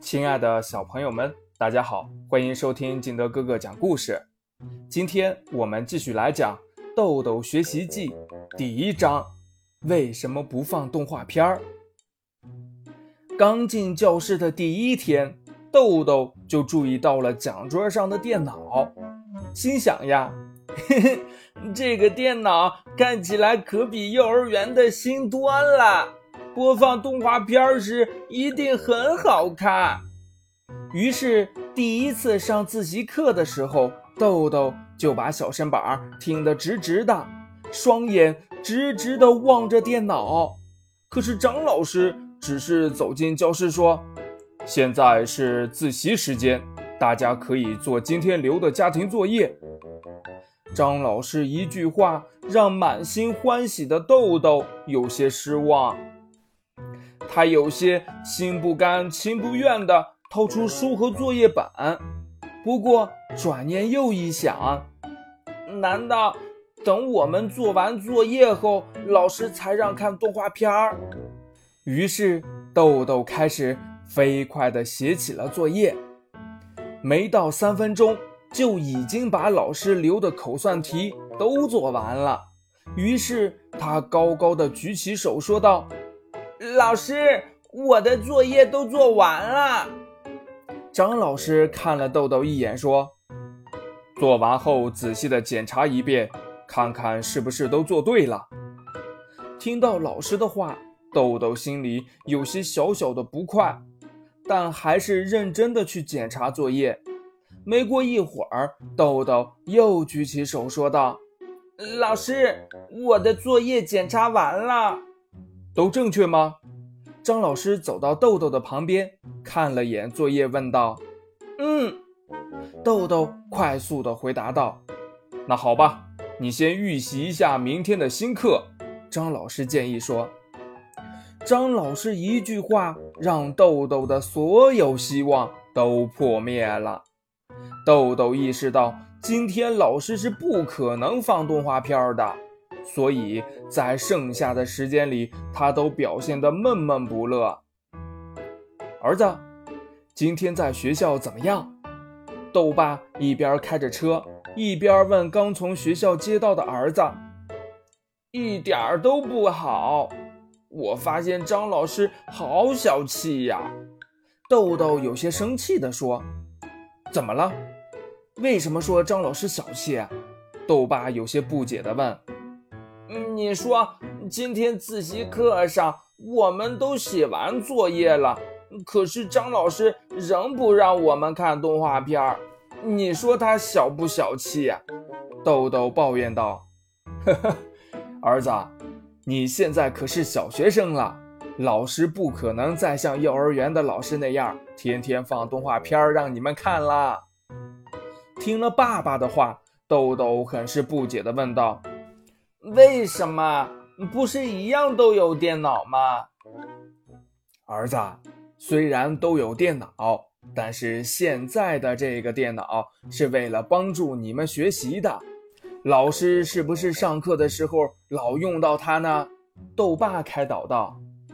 亲爱的小朋友们，大家好，欢迎收听金德哥哥讲故事。今天我们继续来讲《豆豆学习记》第1章，为什么不放动画片？刚进教室的第1天，豆豆就注意到了讲桌上的电脑，心想呀，嘿嘿，这个电脑看起来可比幼儿园的新多了，播放动画片时一定很好看。于是第一次上自习课的时候，豆豆就把小身板挺得直直的，双眼直直地望着电脑。可是张老师只是走进教室说，现在是自习时间，大家可以做今天留的家庭作业。张老师一句话让满心欢喜的豆豆有些失望，他有些心不甘情不愿地掏出书和作业本，不过转念又一想，难道等我们做完作业后，老师才让看动画片？于是豆豆开始飞快地写起了作业，没到3分钟就已经把老师留的口算题都做完了。于是他高高地举起手说道，老师，我的作业都做完了。张老师看了豆豆一眼说，做完后仔细地检查一遍，看看是不是都做对了。听到老师的话，豆豆心里有些小小的不快，但还是认真地去检查作业。没过一会儿，豆豆又举起手说道，老师，我的作业检查完了。都正确吗？张老师走到豆豆的旁边，看了眼作业问道，豆豆快速地回答道，那好吧，你先预习一下明天的新课，张老师建议说。张老师一句话让豆豆的所有希望都破灭了。豆豆意识到今天老师是不可能放动画片的，所以在剩下的时间里他都表现得闷闷不乐。儿子，今天在学校怎么样？豆爸一边开着车一边问刚从学校接到的儿子。一点都不好，我发现张老师好小气呀。豆豆有些生气地说，怎么了？为什么说张老师小气？豆爸有些不解地问。你说今天自习课上我们都写完作业了，可是张老师仍不让我们看动画片，你说他小不小气呀？豆豆抱怨道。呵呵，儿子，你现在可是小学生了，老师不可能再像幼儿园的老师那样天天放动画片让你们看啦。听了爸爸的话，豆豆很是不解地问道，为什么？不是一样都有电脑吗？儿子，虽然都有电脑，但是现在的这个电脑是为了帮助你们学习的，老师是不是上课的时候老用到它呢？豆爸开导道。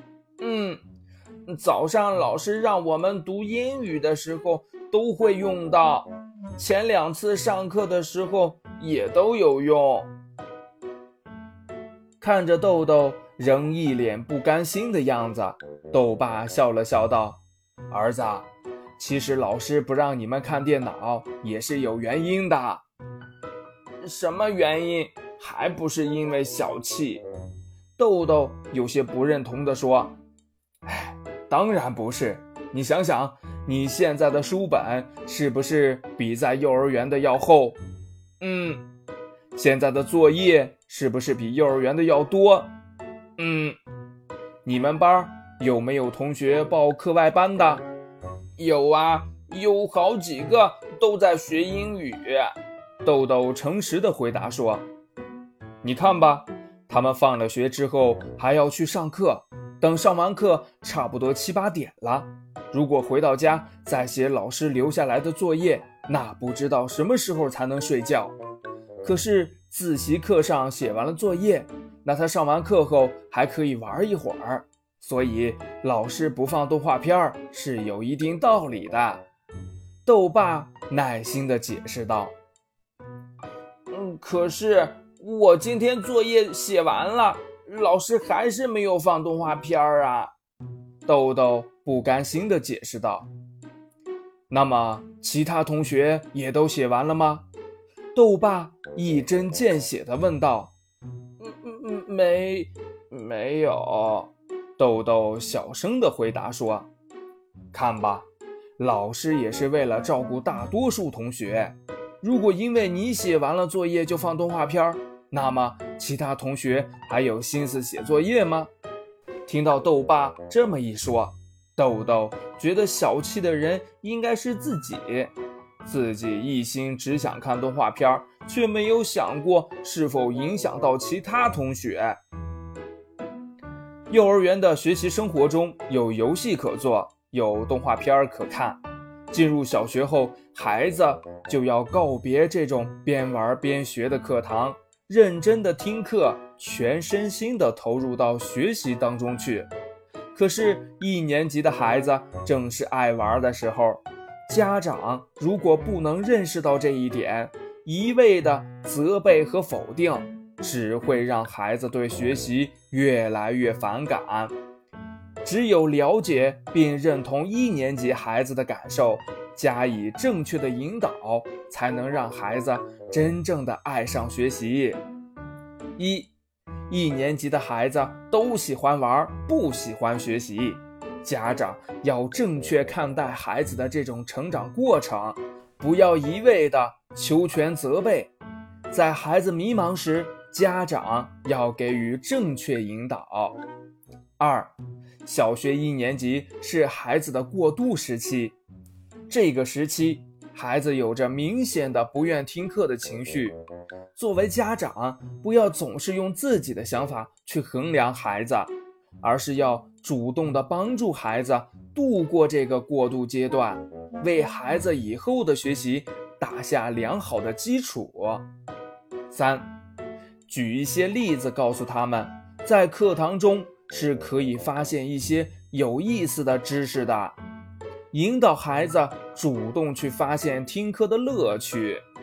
早上老师让我们读英语的时候都会用到，前2次上课的时候也都有用。看着豆豆仍一脸不甘心的样子，豆爸笑了笑道，儿子，其实老师不让你们看电脑也是有原因的。什么原因？还不是因为小气？豆豆有些不认同地说，当然不是，你想想，你现在的书本是不是比在幼儿园的要厚？现在的作业是不是比幼儿园的要多？你们班有没有同学报课外班的？有啊，有好几个都在学英语。豆豆诚实地回答说，你看吧，他们放了学之后还要去上课，等上完课差不多7、8点了，如果回到家再写老师留下来的作业，那不知道什么时候才能睡觉。可是自习课上写完了作业，那他上完课后还可以玩一会儿， 所以老师不放动画片是有一定道理的。豆爸耐心地解释道。可是我今天作业写完了，老师还是没有放动画片啊。豆豆不甘心地解释道。那么其他同学也都写完了吗？豆爸一针见血地问道。没有，豆豆小声地回答说。看吧，老师也是为了照顾大多数同学，如果因为你写完了作业就放动画片，那么其他同学还有心思写作业吗？听到豆爸这么一说，豆豆觉得小气的人应该是自己一心只想看动画片，却没有想过是否影响到其他同学。幼儿园的学习生活中有游戏可做，有动画片可看。进入小学后，孩子就要告别这种边玩边学的课堂，认真的听课，全身心的投入到学习当中去。可是1年级的孩子正是爱玩的时候，家长如果不能认识到这一点，一味的责备和否定，只会让孩子对学习越来越反感。只有了解并认同1年级孩子的感受，加以正确的引导，才能让孩子真正的爱上学习。1年级的孩子都喜欢玩，不喜欢学习。家长要正确看待孩子的这种成长过程，不要一味的求全责备。在孩子迷茫时，家长要给予正确引导。2. 小学1年级是孩子的过渡时期，这个时期孩子有着明显的不愿听课的情绪。作为家长，不要总是用自己的想法去衡量孩子，而是要主动的帮助孩子度过这个过渡阶段，为孩子以后的学习打下良好的基础。3. 举一些例子告诉他们，在课堂中是可以发现一些有意思的知识的，引导孩子主动去发现听课的乐趣。